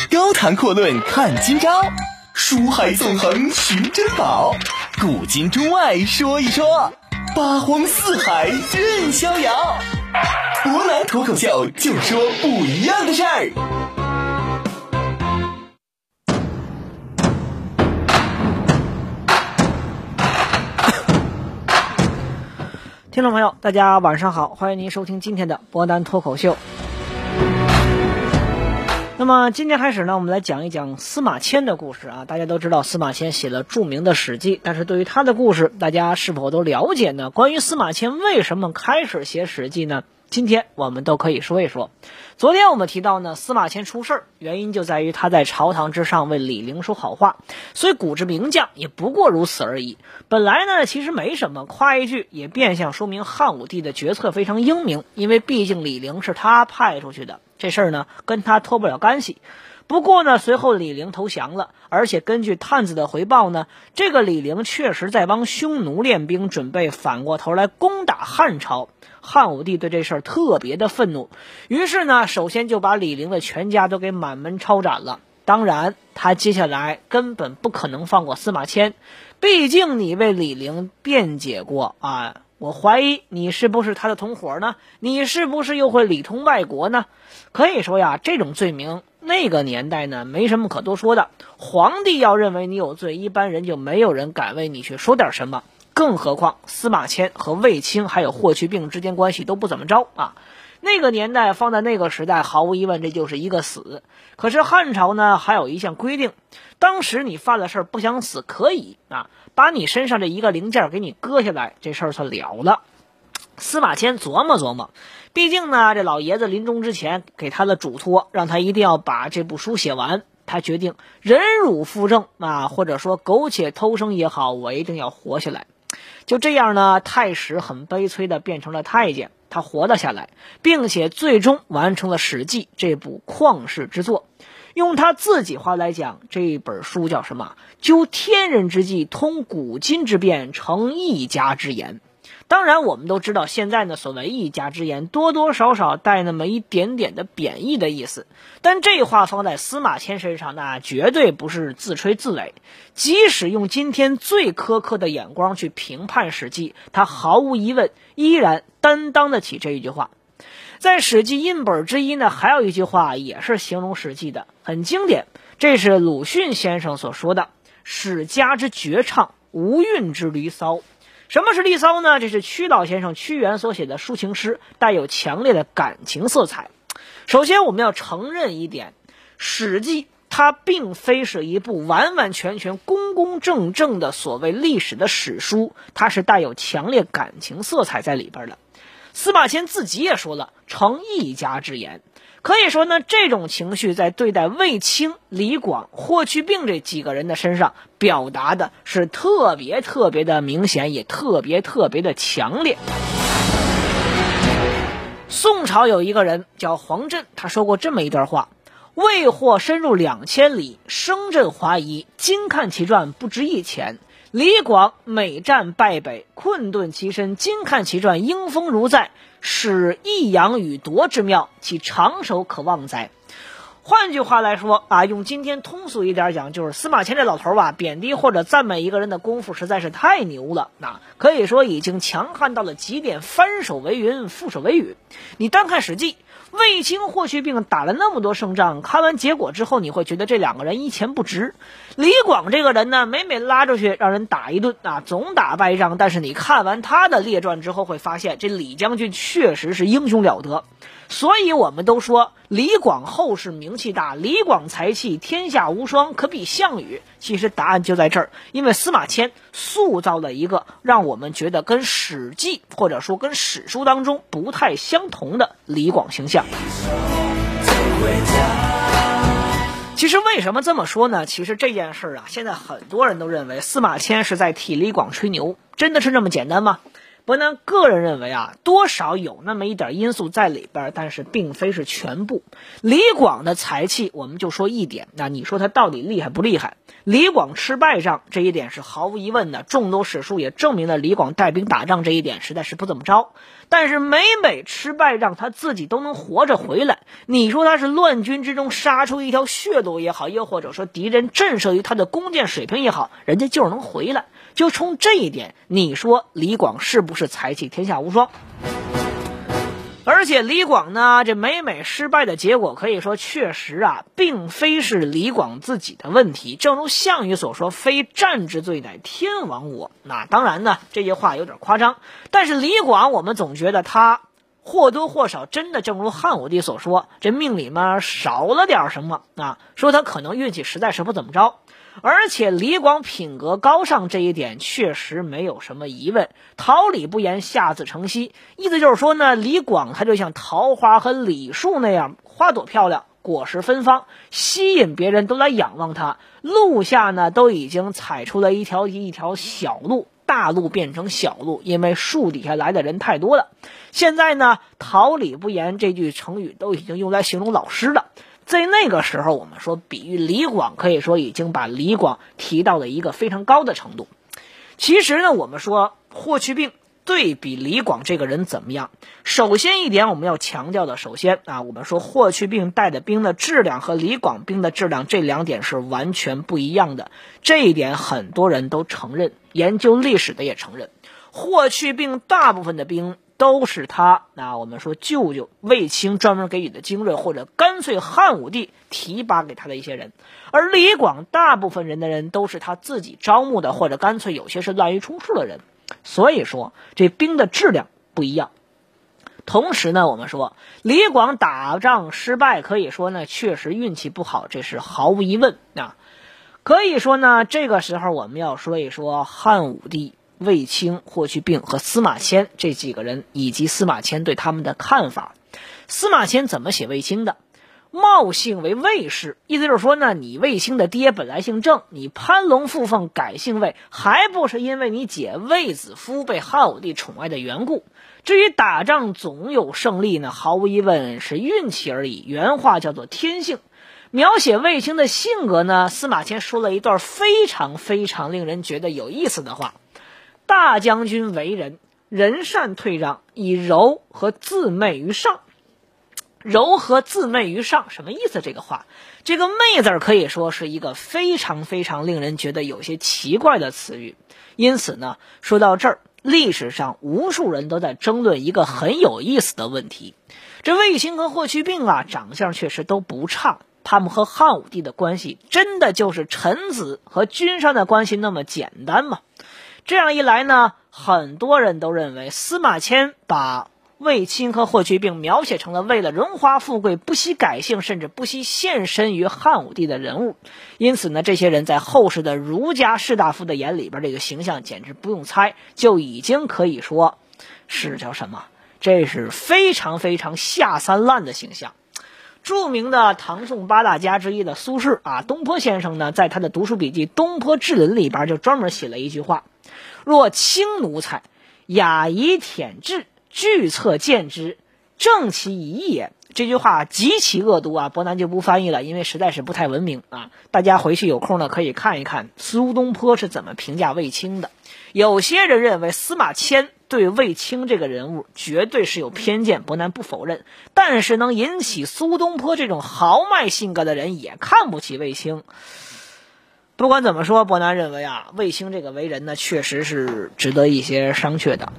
高谈阔论看今朝，书海纵横寻珍宝，古今中外说一说，八荒四海任逍遥。博南脱口秀，就说不一样的事儿。 听众朋友，大家晚上好，欢迎您收听今天的博南脱口秀。那么今天开始呢，我们来讲一讲司马迁的故事啊。大家都知道司马迁写了著名的《史记》，但是对于他的故事，大家是否都了解呢？关于司马迁为什么开始写《史记》呢？今天我们都可以说一说。昨天我们提到呢，司马迁出事儿，原因就在于他在朝堂之上为李陵说好话，所以古之名将也不过如此而已。本来呢其实没什么，夸一句也变相说明汉武帝的决策非常英明，因为毕竟李陵是他派出去的，这事儿呢跟他脱不了干系。不过呢，随后李陵投降了，而且根据探子的回报呢，这个李陵确实在帮匈奴练兵，准备反过头来攻打汉朝。汉武帝对这事儿特别的愤怒，于是呢，首先就把李陵的全家都给满门抄斩了。当然，他接下来根本不可能放过司马迁，毕竟你为李陵辩解过啊。我怀疑你是不是他的同伙呢？你是不是又会里通外国呢？可以说呀，这种罪名那个年代呢没什么可多说的。皇帝要认为你有罪，一般人就没有人敢为你去说点什么。更何况司马迁和卫青还有霍去病之间关系都不怎么着啊。那个年代放在那个时代，毫无疑问这就是一个死。可是汉朝呢还有一项规定，当时你犯了事儿不想死可以啊，把你身上这一个零件给你割下来，这事儿算了了。司马迁琢磨琢磨，毕竟呢这老爷子临终之前给他的嘱托，让他一定要把这部书写完。他决定忍辱负重啊，或者说苟且偷生也好，我一定要活下来。就这样呢，太史很悲催的变成了太监，他活了下来，并且最终完成了《史记》这部旷世之作。用他自己话来讲，这本书叫什么？究天人之际，通古今之变，成一家之言。当然我们都知道，现在呢所谓一家之言，多多少少带那么一点点的贬义的意思，但这话放在司马迁身上，那绝对不是自吹自擂。即使用今天最苛刻的眼光去评判史记，他毫无疑问依然担当得起这一句话。在史记印本之一呢，还有一句话也是形容史记的，很经典，这是鲁迅先生所说的：史家之绝唱，无韵之离骚。什么是离骚呢？这是屈老先生屈原所写的抒情诗，带有强烈的感情色彩。首先我们要承认一点，史记它并非是一部完完全全公公正正的所谓历史的史书，它是带有强烈感情色彩在里边的。司马迁自己也说了，成一家之言。可以说呢，这种情绪在对待卫青、李广、霍去病这几个人的身上表达的是特别特别的明显，也特别特别的强烈。宋朝有一个人叫黄震，他说过这么一段话：魏或深入2000里，声震华夷，今看其传不值一钱。李广每战败北，困顿其身，今看其传英风如在，使抑扬与夺之妙，其长手可望哉。换句话来说啊，用今天通俗一点讲，就是司马迁这老头吧，贬低或者赞美一个人的功夫实在是太牛了啊，可以说已经强悍到了极点，翻手为云，覆手为雨。你单看史记，卫青、霍去病打了那么多胜仗，看完结果之后，你会觉得这两个人一钱不值。李广这个人呢，每拉出去让人打一顿啊，总打败仗，但是你看完他的列传之后，会发现这李将军确实是英雄了得。所以我们都说李广后世名气大，李广才气天下无双，可比项羽。其实答案就在这儿，因为司马迁塑造了一个让我们觉得跟史记或者说跟史书当中不太相同的李广形象。其实为什么这么说呢？其实这件事啊，现在很多人都认为司马迁是在替李广吹牛，真的是这么简单吗？ 伯南个人认为啊，多少有那么一点因素在里边，但是并非是全部。李广的才气，我们就说一点，那你说他到底厉害不厉害？李广吃败仗这一点是毫无疑问的，众多史书也证明了李广带兵打仗这一点实在是不怎么着。但是每吃败仗他自己都能活着回来，你说他是乱军之中杀出一条血路也好，又或者说敌人震慑于他的弓箭水平也好，人家就是能回来。就冲这一点，你说李广是不是才气天下无双？而且李广呢，这每失败的结果可以说确实啊，并非是李广自己的问题。正如项羽所说，非战之罪，乃天亡我。那当然呢，这句话有点夸张，但是李广我们总觉得他或多或少真的正如汉武帝所说，这命里面少了点什么啊，说他可能运气实在是不怎么着。而且李广品格高尚这一点确实没有什么疑问，桃李不言，下自成蹊，意思就是说呢，李广他就像桃花和李树那样，花朵漂亮，果实芬芳，吸引别人都来仰望他。路下呢都已经踩出了一条小路，大路变成小路，因为树底下来的人太多了。现在呢，桃李不言这句成语都已经用来形容老师了。在那个时候，我们说比喻李广，可以说已经把李广提到了一个非常高的程度。其实呢，我们说霍去病对比李广这个人怎么样？首先一点我们要强调的，我们说霍去病带的兵的质量和李广兵的质量，这两点是完全不一样的。这一点很多人都承认，研究历史的也承认。霍去病大部分的兵都是他我们说舅舅卫青专门给予的精锐，或者干脆汉武帝提拔给他的一些人。而李广大部分人的人都是他自己招募的，或者干脆有些是滥竽充数的人。所以说这兵的质量不一样。同时呢，我们说李广打仗失败，可以说呢确实运气不好，这是毫无疑问可以说呢，这个时候我们要说一说汉武帝、卫青、霍去病和司马迁这几个人，以及司马迁对他们的看法。司马迁怎么写卫青的？冒姓为卫氏，意思就是说呢，你卫青的爹本来姓郑，你攀龙附凤改姓卫，还不是因为你姐卫子夫被汉武帝宠爱的缘故。至于打仗总有胜利呢，毫无疑问是运气而已，原话叫做天性。描写卫青的性格呢，司马迁说了一段非常非常令人觉得有意思的话。大将军为人，人善退让，以柔和自媚于上。柔和自媚于上什么意思？这个话，这个媚字可以说是一个非常非常令人觉得有些奇怪的词语。因此呢，说到这儿，历史上无数人都在争论一个很有意思的问题。这卫青和霍去病长相确实都不差，他们和汉武帝的关系真的就是臣子和君上的关系那么简单吗？这样一来呢，很多人都认为司马迁把卫青和霍去病描写成了为了荣华富贵不惜改姓，甚至不惜献身于汉武帝的人物。因此呢，这些人在后世的儒家士大夫的眼里边，这个形象简直不用猜，就已经可以说是叫什么？这是非常非常下三滥的形象。著名的唐宋八大家之一的苏轼东坡先生呢，在他的读书笔记《东坡志林》里边就专门写了一句话：若轻奴才，雅仪舔质，具策见之，正其一义也。这句话极其恶毒伯南就不翻译了，因为实在是不太文明大家回去有空呢可以看一看苏东坡是怎么评价卫青的。有些人认为司马迁对卫青这个人物绝对是有偏见，伯南不否认，但是能引起苏东坡这种豪迈性格的人也看不起卫青。不管怎么说，伯南认为卫青这个为人呢，确实是值得一些商榷的。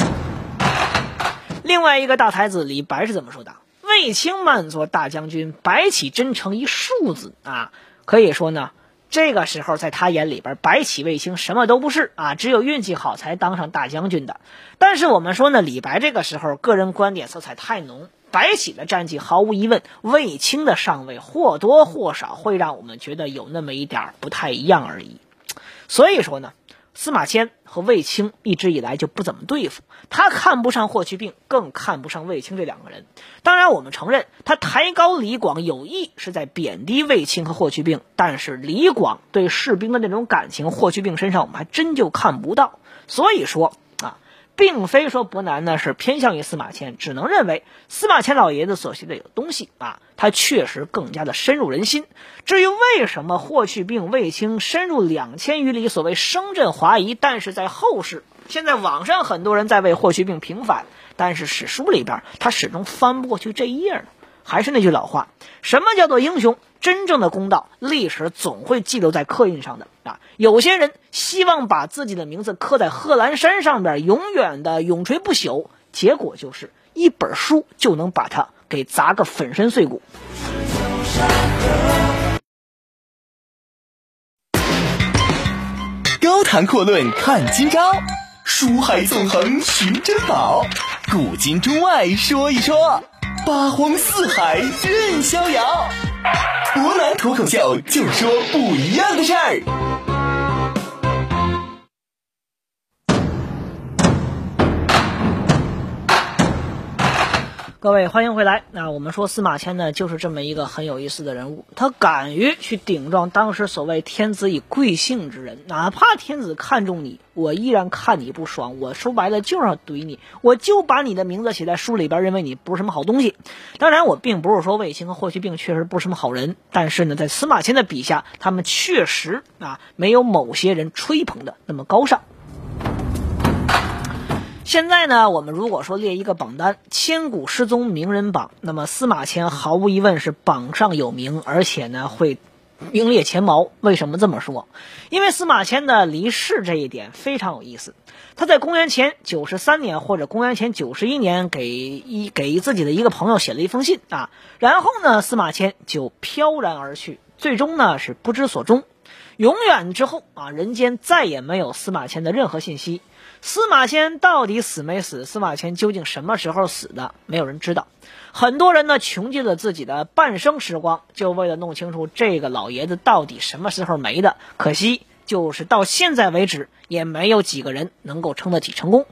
另外一个大才子李白是怎么说的？卫青满作大将军，白起真诚一庶子可以说呢，这个时候在他眼里边，白起卫青什么都不是只有运气好才当上大将军的。但是我们说呢，李白这个时候个人观点色彩太浓，白起的战绩毫无疑问，卫青的上位或多或少会让我们觉得有那么一点不太一样而已。所以说呢，司马迁和卫青一直以来就不怎么对付，他看不上霍去病，更看不上卫青这两个人。当然我们承认他抬高李广有意是在贬低卫青和霍去病，但是李广对士兵的那种感情，霍去病身上我们还真就看不到。所以说并非说伯南呢是偏向于司马迁，只能认为司马迁老爷子所写的有东西啊，他确实更加的深入人心。至于为什么霍去病、卫青深入2000余里，所谓声震华夷，但是在后世，现在网上很多人在为霍去病平反，但是史书里边他始终翻不过去这一页呢。还是那句老话，什么叫做英雄？真正的公道，历史总会记录在刻印上的啊！有些人希望把自己的名字刻在贺兰山上边，永远的永垂不朽，结果就是一本书就能把它给砸个粉身碎骨。 高谈阔论看今朝，书海纵横寻珍宝，古今中外说一说，八荒四海任逍遥。伯南脱口秀，就说不一样的事儿。 各位欢迎回来。那我们说司马迁呢，就是这么一个很有意思的人物，他敢于去顶撞当时所谓天子以贵姓之人，哪怕天子看中你，我依然看你不爽，我说白了就是要怼你，我就把你的名字写在书里边，认为你不是什么好东西。当然我并不是说卫青和霍去病确实不是什么好人，但是呢，在司马迁的笔下，他们确实没有某些人吹捧的那么高尚。现在呢，我们如果说列一个榜单，千古失踪名人榜，那么司马迁毫无疑问是榜上有名，而且呢会名列前茅。为什么这么说？因为司马迁的离世这一点非常有意思。他在公元前93年或者公元前91年给自己的一个朋友写了一封信啊，然后呢司马迁就飘然而去，最终呢是不知所终。永远之后啊，人间再也没有司马迁的任何信息。司马迁到底死没死？司马迁究竟什么时候死的？没有人知道。很多人呢穷尽了自己的半生时光，就为了弄清楚这个老爷子到底什么时候没的。可惜就是到现在为止，也没有几个人能够称得起成功。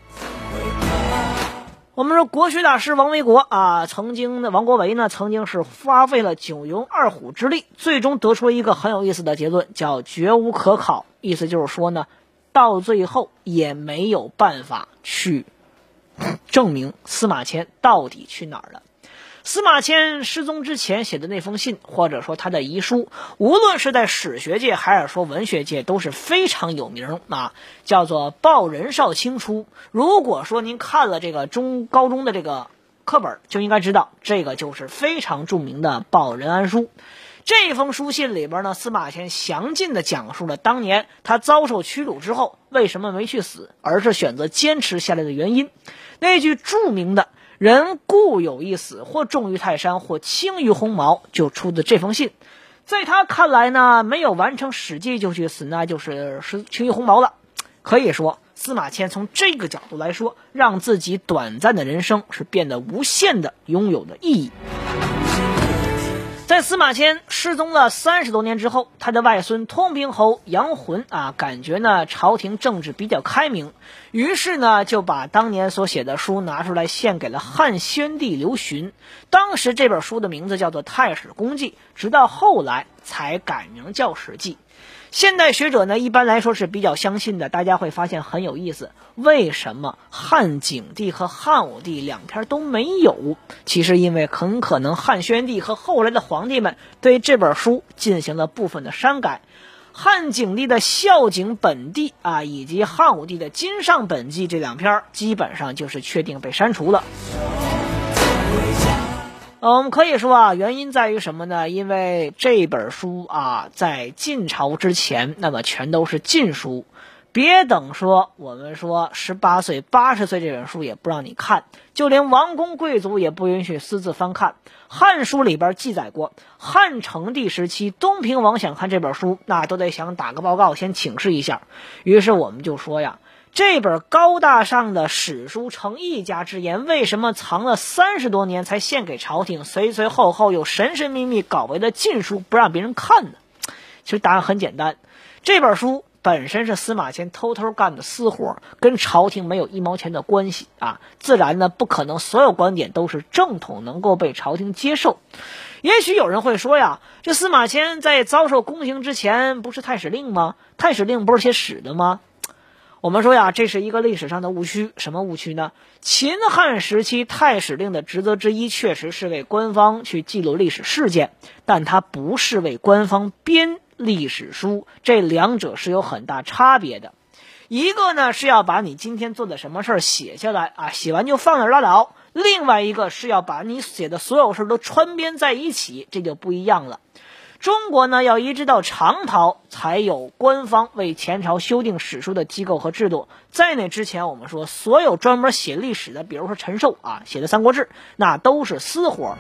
我们说国学大师王维国啊，王国维呢曾经是花费了9牛2虎之力，最终得出一个很有意思的结论，叫绝无可考。意思就是说呢，到最后也没有办法去证明司马迁到底去哪儿了。司马迁失踪之前写的那封信，或者说他的遗书，无论是在史学界还是说文学界都是非常有名啊，叫做报任少卿书。如果说您看了这个高中的这个课本，就应该知道这个就是非常著名的报任安书。这封书信里边呢，司马迁详尽地讲述了当年他遭受屈辱之后为什么没去死，而是选择坚持下来的原因。那句著名的人固有一死，或重于泰山，或轻于鸿毛，就出自这封信。在他看来呢，没有完成史记就去死，那就是轻于鸿毛了。可以说司马迁从这个角度来说，让自己短暂的人生是变得无限的拥有的意义。在司马迁失踪了30多年之后，他的外孙通平侯杨浑感觉呢朝廷政治比较开明，于是呢就把当年所写的书拿出来献给了汉宣帝刘询。当时这本书的名字叫做《太史公记》，直到后来才改名叫《史记》。现代学者呢一般来说是比较相信的，大家会发现很有意思，为什么汉景帝和汉武帝两篇都没有？其实因为很可能汉宣帝和后来的皇帝们对这本书进行了部分的删改。汉景帝的《孝景本纪》以及汉武帝的《今上本纪》这两篇基本上就是确定被删除了。我们可以说原因在于什么呢？因为这本书在晋朝之前，那么全都是禁书。别等说我们说18岁、80岁这本书也不让你看，就连王公贵族也不允许私自翻看。汉书里边记载过，汉成帝时期东平王想看这本书，那都得想打个报告，先请示一下。于是我们就说呀，这本高大上的史书成一家之言，为什么藏了30多年才献给朝廷，随随后后又神神秘秘搞为了禁书，不让别人看呢？其实答案很简单，这本书本身是司马迁偷偷干的私活，跟朝廷没有1毛钱的关系自然呢不可能所有观点都是正统能够被朝廷接受。也许有人会说呀，这司马迁在遭受宫刑之前不是太史令吗？太史令不是写史的吗？ 我们说呀，这是一个历史上的误区。什么误区呢？秦汉时期太史令的职责之一确实是为官方去记录历史事件，但它不是为官方编历史书，这两者是有很大差别的。一个呢是要把你今天做的什么事儿写下来啊，写完就放那儿拉倒；另外一个是要把你写的所有事都串编在一起，这就不一样了。中国呢要移植到长陶才有官方为前朝修订史书的机构和制度，在那之前我们说所有专门写历史的，比如说陈寿啊写的《三国志》，那都是私活。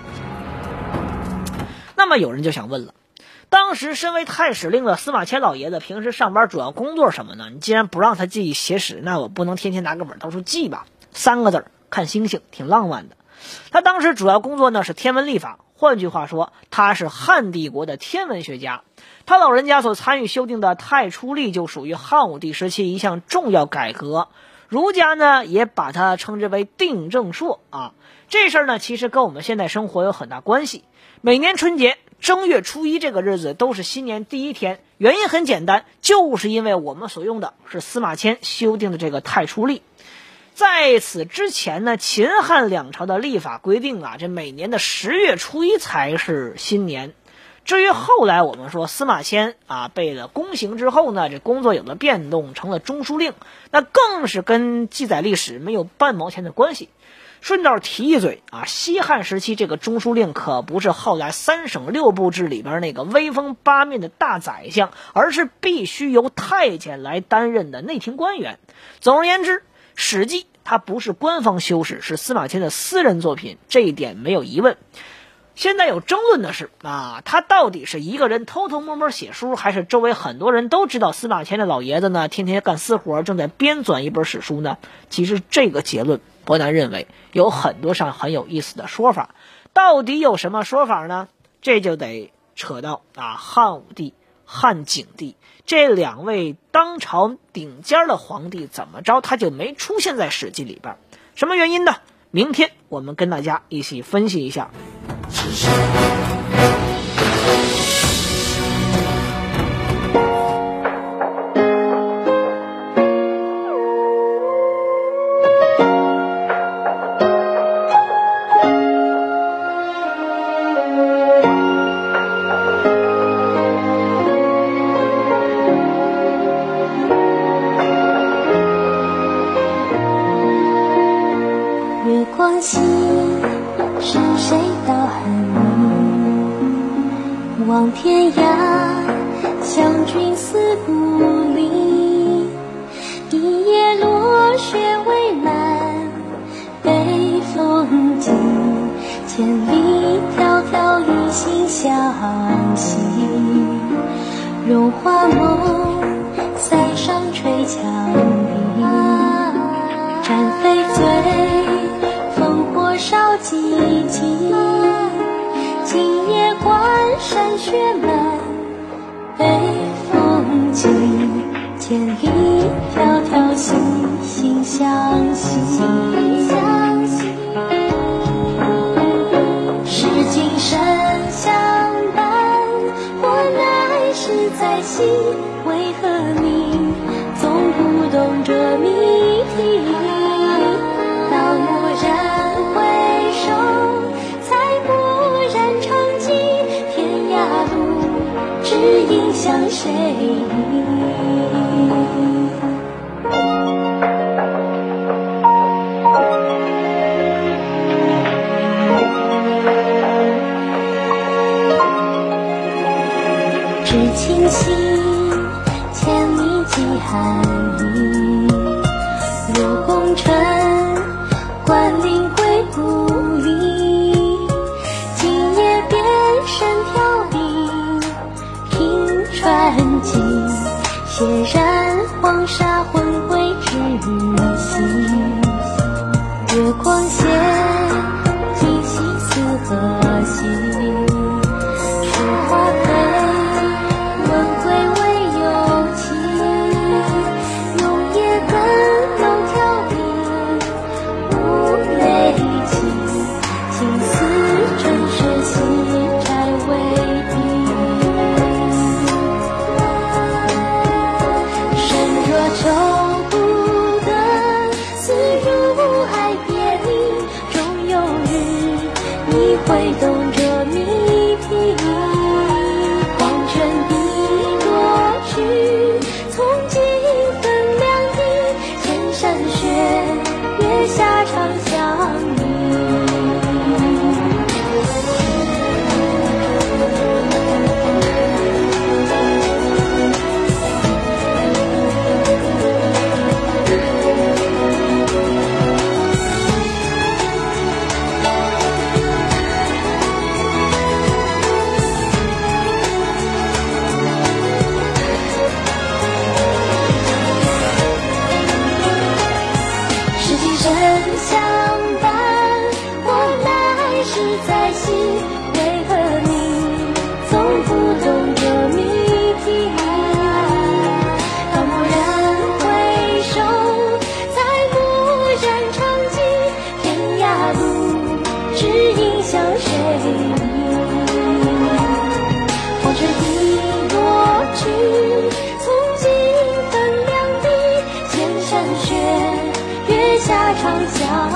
那么有人就想问了，当时身为太史令的司马迁老爷子平时上班主要工作什么呢？你既然不让他记写史，那我不能天天拿个本到处记吧？3个字，看星星，挺浪漫的。他当时主要工作呢是天文历法，换句话说，他是汉帝国的天文学家。他老人家所参与修订的太初历就属于汉武帝时期一项重要改革，儒家呢也把它称之为定正朔啊。这事儿呢其实跟我们现代生活有很大关系。每年春节正月初1这个日子都是新年第一天，原因很简单，就是因为我们所用的是司马迁修订的这个太初历。在此之前呢，秦汉两朝的历法规定啊，这每年的10月初1才是新年。至于后来我们说司马迁啊被了宫刑之后呢，这工作有了变动，成了中书令，那更是跟记载历史没有半毛钱的关系。顺道提一嘴啊，西汉时期这个中书令可不是后来3省6部制里边那个威风八面的大宰相，而是必须由太监来担任的内廷官员。总而言之，史记它不是官方修史，是司马迁的私人作品，这一点没有疑问。现在有争论的是啊，他到底是一个人偷偷摸摸写书，还是周围很多人都知道司马迁的老爷子呢天天干私活，正在编纂一本史书呢？其实这个结论伯南认为有很多上很有意思的说法。到底有什么说法呢？这就得扯到汉武帝、汉景帝这2位当朝顶尖的皇帝，怎么着他就没出现在史记里边？什么原因呢？明天我们跟大家一起分析一下。 月光西，是谁道寒云？望天涯，将军思故里。一夜落雪未满，北风急。千里迢迢一心相惜。荣华梦，塞上垂墙壁。战飞醉。烧寂寂，今夜关山雪满，北风急，千里迢迢惺惺相惜。是今生相伴，或来世再续，为何你总不懂这谜题？到蓦然只影向谁？知青溪，千里寄寒意。入宫城，关岭归故里。今夜变身飘零。传奇，血染黄沙，魂归知悉。月光斜，今夕思何夕？雪花飞，问归未有期。永夜更楼挑笔，无泪泣。情丝正是细摘为笔。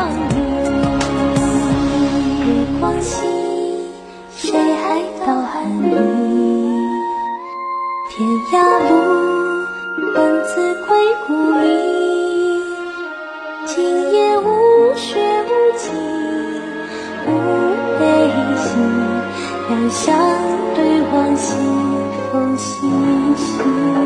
流。月光西，谁还到寒里？天涯路，问自归故里。今夜无雪无晴，无悲喜，两相对望，西风细细。